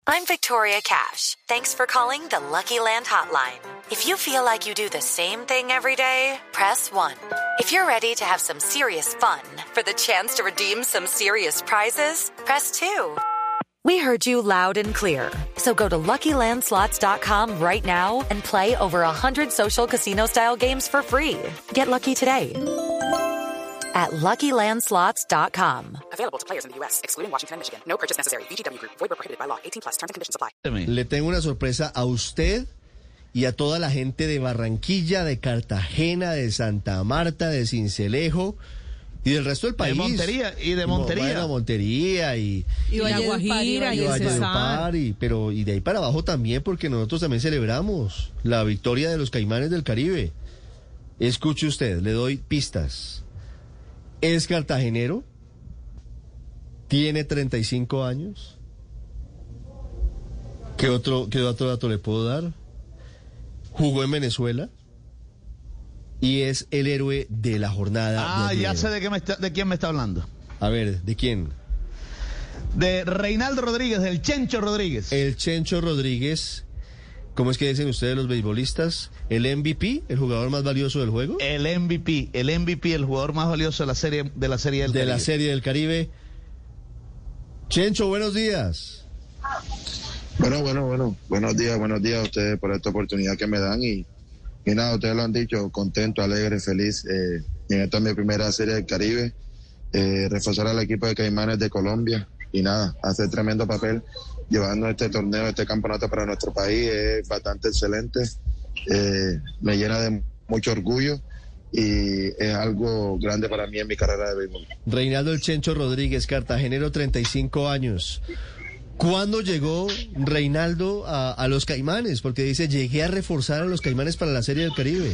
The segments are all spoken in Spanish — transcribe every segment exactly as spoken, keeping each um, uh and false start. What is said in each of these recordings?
I'm Victoria Cash. Thanks for calling the Lucky Land Hotline. If you feel like you do the same thing every day, press one. If you're ready to have some serious fun for the chance to redeem some serious prizes, press two. We heard you loud and clear. So go to Lucky Land Slots dot com right now and play over one hundred social casino-style games for free. Get lucky today at Lucky Land Slots dot com. Available to players in the U S, excluding Washington and Michigan. No purchase necessary. V G W Group. Void where prohibited by law. eighteen plus. Terms and conditions apply. Le tengo una sorpresa a usted y a toda la gente de Barranquilla, de Cartagena, de Santa Marta, de Sincelejo y del resto del país. De Montería y de Montería. Bueno, Montería y... Y Valledupar, y Valledupar, y, pero y de ahí para abajo también, porque nosotros también celebramos la victoria de los Caimanes del Caribe. Escuche usted, le doy pistas. Es cartagenero, tiene treinta y cinco años. ¿Qué otro, qué otro dato le puedo dar? Jugó en Venezuela y es el héroe de la jornada. Ah, de ya sé de, qué me está, de quién me está hablando. A ver, ¿de quién? De Reinaldo Rodríguez, del Chencho Rodríguez. El Chencho Rodríguez. ¿Cómo es que dicen ustedes los beisbolistas? ¿El M V P, el jugador más valioso del juego? El M V P, el M V P, el jugador más valioso de la serie, de la serie del de Caribe. la serie del Caribe. Chencho, buenos días. Bueno, bueno, bueno. Buenos días, buenos días a ustedes por esta oportunidad que me dan. Y, y nada, ustedes lo han dicho, contento, alegre, feliz. Eh, en esta es mi primera serie del Caribe. Eh, reforzar al equipo de Caimanes de Colombia. Y nada, hacer tremendo papel llevando este torneo, este campeonato para nuestro país. Es bastante excelente. Eh, me llena de mucho orgullo y es algo grande para mí en mi carrera de béisbol. Reinaldo El Chencho Rodríguez, cartagenero, treinta y cinco años. ¿Cuándo llegó Reinaldo a, a los Caimanes? Porque dice, llegué a reforzar a los Caimanes para la Serie del Caribe.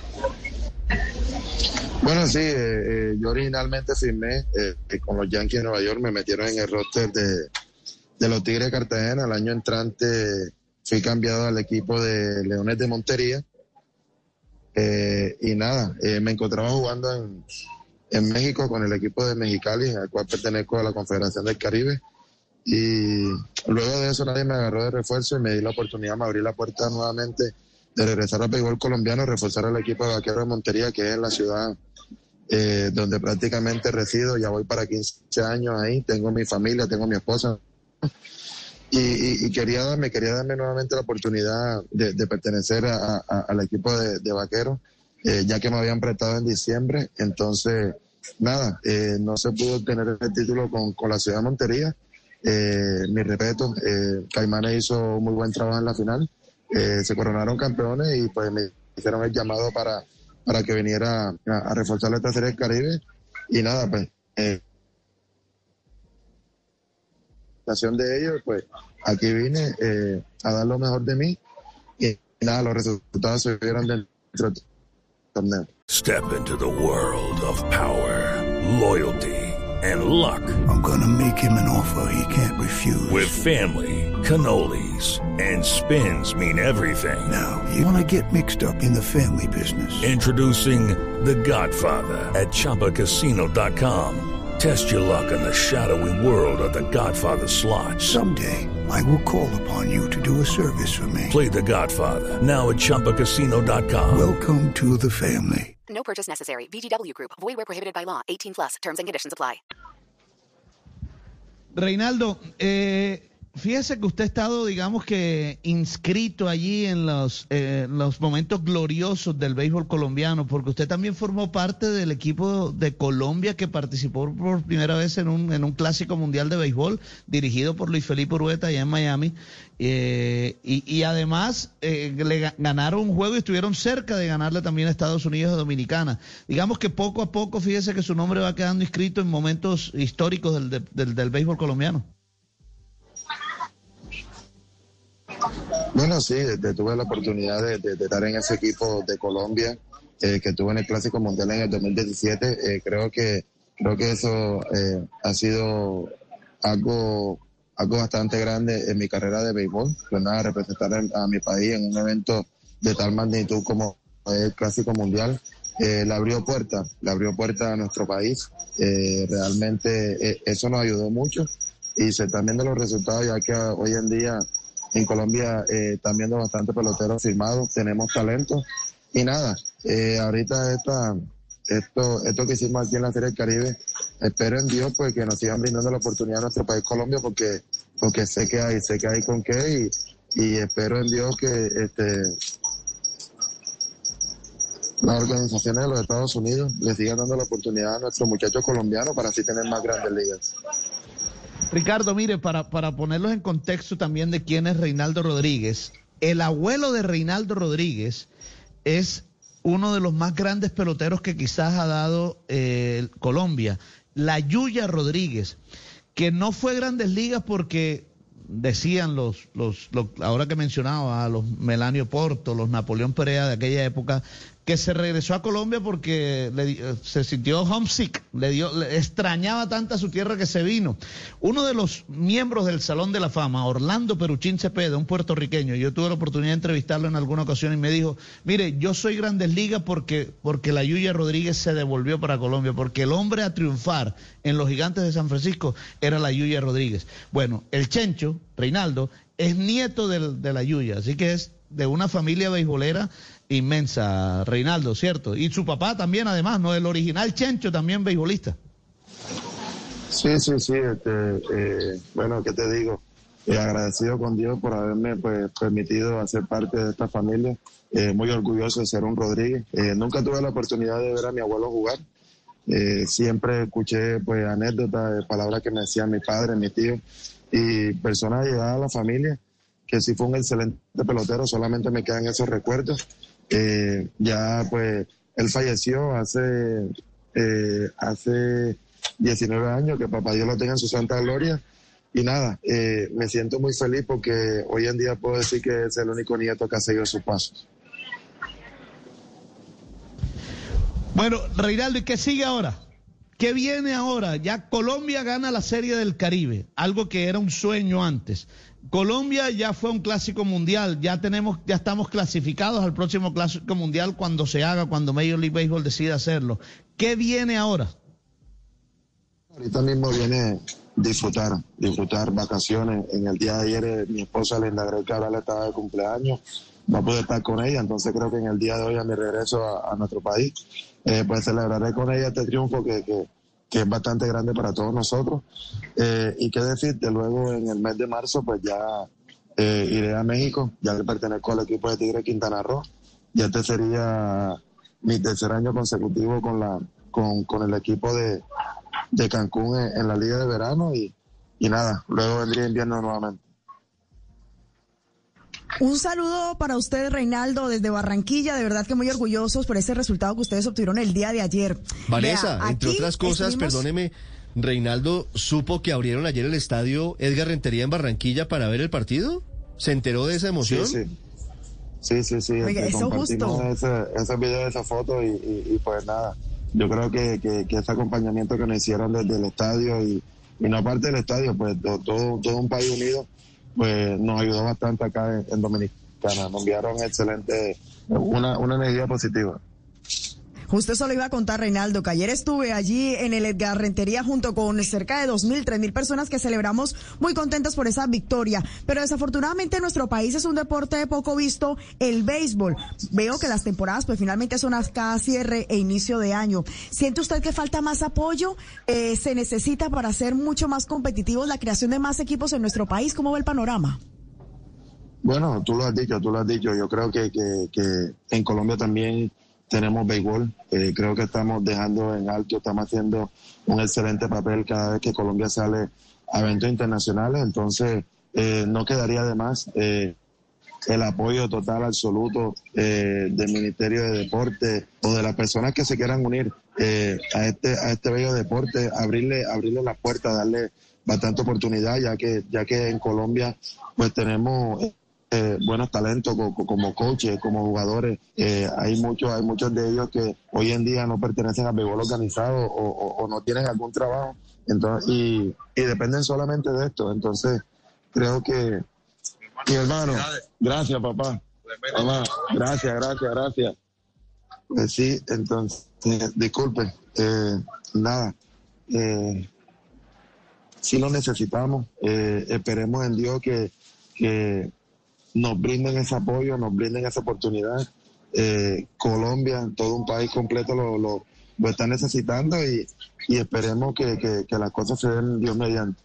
Bueno, sí, eh, eh, yo originalmente firmé eh, con los Yankees de Nueva York, me metieron en el roster de, de los Tigres de Cartagena. El año entrante fui cambiado al equipo de Leones de Montería. Eh, y nada, eh, me encontraba jugando en, en México con el equipo de Mexicali, al cual pertenezco a la Confederación del Caribe. Y luego de eso nadie me agarró de refuerzo y me di la oportunidad, me abrí la puerta nuevamente de regresar al béisbol colombiano, reforzar al equipo de Vaqueros de Montería, que es en la ciudad eh, donde prácticamente resido. Ya voy para quince años ahí, tengo mi familia, tengo mi esposa. Y, y, y quería darme, quería darme nuevamente la oportunidad de, de pertenecer a, a, al equipo de, de Vaqueros, eh, ya que me habían prestado en diciembre. Entonces, nada, eh, no se pudo obtener el título con, con la ciudad de Montería. Eh, mi respeto, eh, Caimanes hizo muy buen trabajo en la final, eh, se coronaron campeones y pues me hicieron el llamado para, para que viniera a, a reforzar esta serie del Caribe. Y nada, pues, eh, de ellos, pues aquí vine eh, a dar lo mejor de mí y nada, los resultados se vieron dentro del torneo. Step into the world of power, loyalty, and luck. I'm gonna make him an offer he can't refuse. With family, cannolis, and spins mean everything. Now, you wanna get mixed up in the family business. Introducing The Godfather at Chumba Casino dot com. Test your luck in the shadowy world of The Godfather slot. Someday, I will call upon you to do a service for me. Play The Godfather, now at Chumba Casino dot com. Welcome to the family. No purchase necessary. V G W Group. Void where prohibited by law. eighteen plus. Terms and conditions apply. Reinaldo, eh, fíjese que usted ha estado, digamos que, inscrito allí en los, eh, los momentos gloriosos del béisbol colombiano, porque usted también formó parte del equipo de Colombia que participó por primera vez en un, en un clásico mundial de béisbol, dirigido por Luis Felipe Urueta allá en Miami, eh, y, y además eh, le ganaron un juego y estuvieron cerca de ganarle también a Estados Unidos y Dominicana. Digamos que poco a poco, fíjese que su nombre va quedando inscrito en momentos históricos del, del, del, del béisbol colombiano. Bueno, sí, de, de, tuve la oportunidad de, de, de estar en ese equipo de Colombia eh, que tuve en el Clásico Mundial en el dos mil diecisiete. Eh, creo que creo que eso eh, ha sido algo algo bastante grande en mi carrera de béisbol. Pues nada, representar a, a mi país en un evento de tal magnitud como el Clásico Mundial. Eh, le abrió puertas, le abrió puertas a nuestro país. Eh, realmente eh, eso nos ayudó mucho. y se están viendo los resultados, ya que hoy en día en Colombia eh, están viendo bastante peloteros firmados, tenemos talento y nada, eh, ahorita esta, esto, esto que hicimos aquí en la Serie del Caribe, espero en Dios pues que nos sigan brindando la oportunidad a nuestro país Colombia, porque, porque sé que hay, sé que hay con qué y, y espero en Dios que este las organizaciones de los Estados Unidos le sigan dando la oportunidad a nuestros muchachos colombianos para así tener más grandes ligas. Ricardo, mire, para, para ponerlos en contexto también de quién es Reinaldo Rodríguez, el abuelo de Reinaldo Rodríguez es uno de los más grandes peloteros que quizás ha dado eh, Colombia, la Yuya Rodríguez, que no fue Grandes Ligas porque decían los, los, los ahora que mencionaba, los Melanio Porto, los Napoleón Perea de aquella época, que se regresó a Colombia porque le, se sintió homesick, le dio, le extrañaba tanta su tierra que se vino. Uno de los miembros del Salón de la Fama, Orlando Peruchín Cepeda, un puertorriqueño, yo tuve la oportunidad de entrevistarlo en alguna ocasión y me dijo, mire, yo soy Grandes Ligas porque, porque la Yuya Rodríguez se devolvió para Colombia, porque el hombre a triunfar en los Gigantes de San Francisco era la Yuya Rodríguez. Bueno, el Chencho, Reinaldo, es nieto de, de la Yuya, así que es de una familia beisbolera inmensa, Reinaldo, ¿cierto? Y su papá también, además, ¿no? El original Chencho, también beisbolista. Sí, sí, sí, este, eh, bueno, ¿qué te digo? Eh, agradecido con Dios por haberme pues, permitido hacer parte de esta familia, eh, muy orgulloso de ser un Rodríguez. Eh, nunca tuve la oportunidad de ver a mi abuelo jugar, eh, siempre escuché pues anécdotas, palabras que me decían mi padre, mi tío, y personas llegadas a la familia, que sí fue un excelente pelotero, solamente me quedan esos recuerdos. Eh, ya pues él falleció hace eh, hace diecinueve años, que papá Dios lo tenga en su santa gloria, y nada, eh, me siento muy feliz porque hoy en día puedo decir que es el único nieto que ha seguido sus pasos. Bueno, Reinaldo, ¿y qué sigue ahora? ¿Qué viene ahora? Ya Colombia gana la Serie del Caribe, algo que era un sueño antes. Colombia ya fue un clásico mundial, ya tenemos, ya estamos clasificados al próximo clásico mundial cuando se haga, cuando Major League Baseball decida hacerlo. ¿Qué viene ahora? Ahorita mismo viene disfrutar, disfrutar vacaciones. En el día de ayer eh, mi esposa Linda Grey Cabral estaba de cumpleaños, no pude estar con ella, entonces creo que en el día de hoy a mi regreso a, a nuestro país, eh, pues celebraré con ella este triunfo que, que, que es bastante grande para todos nosotros. Eh, y qué decirte, luego en el mes de marzo pues ya eh, iré a México, ya que pertenezco al equipo de Tigre Quintana Roo, y este sería mi tercer año consecutivo con la con, con el equipo de, de Cancún en, en la Liga de Verano, y, y nada, luego vendría invierno nuevamente. Un saludo para usted, Reinaldo, desde Barranquilla, de verdad que muy orgullosos por ese resultado que ustedes obtuvieron el día de ayer. Vanessa, Vea, entre otras cosas, estuvimos... perdóneme, Reinaldo, ¿supo que abrieron ayer el estadio Edgar Rentería en Barranquilla para ver el partido? ¿Se enteró de esa emoción? Sí, sí. Sí, sí, sí. Oiga, este, eso compartimos justo. ese, ese video, esa foto y, y, y pues nada, yo creo que, que, que ese acompañamiento que nos hicieron desde el estadio y, y no aparte del estadio, pues todo, todo un país unido, pues nos ayudó bastante acá en, en Dominicana. Nos enviaron excelente, una, una energía positiva. Justo eso lo iba a contar, Reinaldo, que ayer estuve allí en el Edgar Rentería junto con cerca de dos mil, tres mil personas que celebramos muy contentas por esa victoria. Pero desafortunadamente en nuestro país es un deporte poco visto, el béisbol. Veo que las temporadas pues finalmente son a cierre e inicio de año. ¿Siente usted que falta más apoyo? Eh, ¿Se necesita para ser mucho más competitivos la creación de más equipos en nuestro país? ¿Cómo ve el panorama? Bueno, tú lo has dicho, tú lo has dicho. Yo creo que, que, que en Colombia también tenemos béisbol, eh, creo que estamos dejando en alto, estamos haciendo un excelente papel cada vez que Colombia sale a eventos internacionales, entonces eh, no quedaría de más eh, el apoyo total, absoluto eh, del Ministerio de Deporte o de las personas que se quieran unir eh, a este a este bello deporte, abrirle abrirle las puertas, darle bastante oportunidad, ya que ya que en Colombia pues tenemos Eh, buenos talentos como, como coaches, como jugadores. Eh, hay muchos hay muchos de ellos que hoy en día no pertenecen al béisbol organizado o, o, o no tienen algún trabajo, entonces y, y dependen solamente de esto. Entonces creo que mi hermano, gracias papá, mamá, gracias, gracias, gracias. Pues sí, entonces, eh, disculpe, eh, nada, eh, sí lo necesitamos. Eh, esperemos en Dios que, que nos brinden ese apoyo, nos brinden esa oportunidad. Eh, Colombia, todo un país completo lo, lo, lo está necesitando y, y esperemos que, que, que las cosas se den Dios mediante.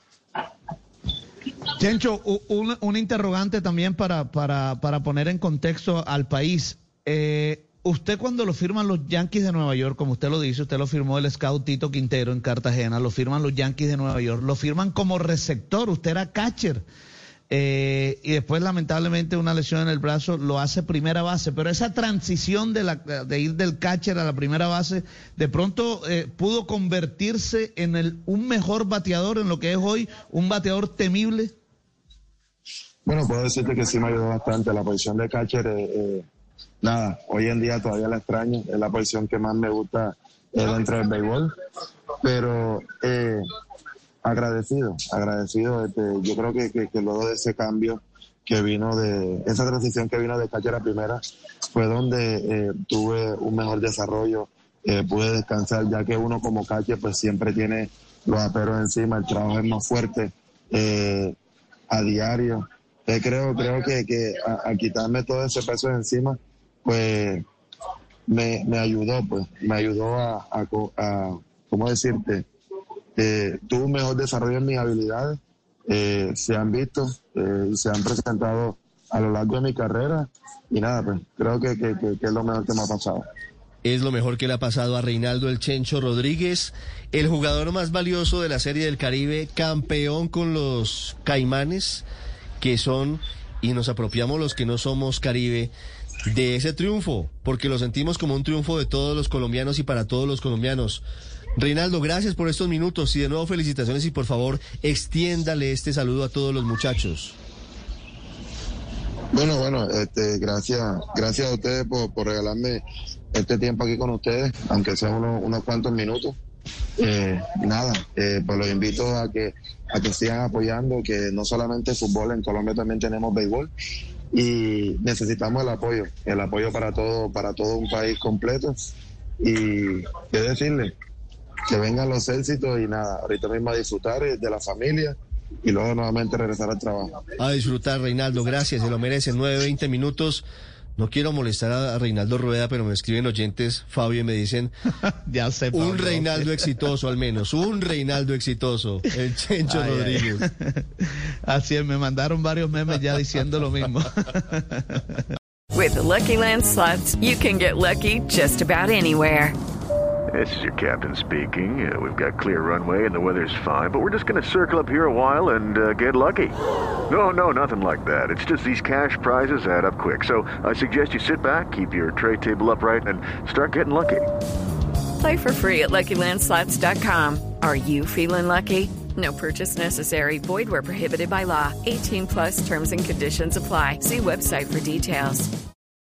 Chencho, un, un interrogante también para, para, para poner en contexto al país. Eh, usted cuando lo firman los Yankees de Nueva York, como usted lo dice, usted lo firmó el scout Tito Quintero en Cartagena, lo firman los Yankees de Nueva York, lo firman como receptor, usted era catcher. Eh, y después lamentablemente una lesión en el brazo lo hace primera base, pero esa transición de, la, de ir del catcher a la primera base de pronto eh, pudo convertirse en el, un mejor bateador, en lo que es hoy un bateador temible. Bueno, puedo decirte que sí me ayudó bastante la posición de catcher. Eh, eh, nada, hoy en día todavía la extraño, es la posición que más me gusta eh, dentro del béisbol, pero eh, agradecido, agradecido. Este, yo creo que, que, que luego de ese cambio que vino de, esa transición que vino de catcher a primera, fue donde eh, tuve un mejor desarrollo, eh, pude descansar, ya que uno como catcher pues siempre tiene los aperos encima, el trabajo es más fuerte eh, a diario. Eh, creo creo que, que a, a quitarme todo ese peso de encima, pues me, me ayudó, pues me ayudó a, a, a ¿cómo decirte? Eh, tuve un mejor desarrollo en mis habilidades, eh, se han visto eh, y se han presentado a lo largo de mi carrera y nada, pues creo que, que, que, que es lo mejor que me ha pasado. Es lo mejor que le ha pasado a Reinaldo El Chencho Rodríguez, el jugador más valioso de la Serie del Caribe, campeón con los Caimanes, que son, y nos apropiamos los que no somos Caribe, de ese triunfo, porque lo sentimos como un triunfo de todos los colombianos y para todos los colombianos. Reinaldo, gracias por estos minutos y de nuevo felicitaciones y por favor extiéndale este saludo a todos los muchachos. Bueno, bueno, este, gracias, gracias a ustedes por, por regalarme este tiempo aquí con ustedes, aunque sean unos, unos cuantos minutos. Eh, nada, eh, pues los invito a que a que sigan apoyando, que no solamente fútbol, en Colombia también tenemos béisbol y necesitamos el apoyo, el apoyo para todo, para todo un país completo. Y qué decirle, que vengan los éxitos y nada, ahorita mismo a disfrutar de la familia y luego nuevamente regresar al trabajo. A disfrutar, Reinaldo, gracias, se lo merecen. nueve, veinte minutos. No quiero molestar a Reinaldo Rueda, pero me escriben oyentes, Fabio, y me dicen, ya sé, Pablo, un Reinaldo exitoso al menos, un Reinaldo exitoso, el Chencho ay, Rodríguez. Ay. Así es, me mandaron varios memes ya diciendo lo mismo. With the Lucky Land Slots, you can get lucky just about anywhere. This is your captain speaking. Uh, we've got clear runway and the weather's fine, but we're just going to circle up here a while and uh, get lucky. No, no, nothing like that. It's just these cash prizes add up quick. So I suggest you sit back, keep your tray table upright, and start getting lucky. Play for free at Lucky Land Slots dot com. Are you feeling lucky? No purchase necessary. Void where prohibited by law. eighteen plus terms and conditions apply. See website for details.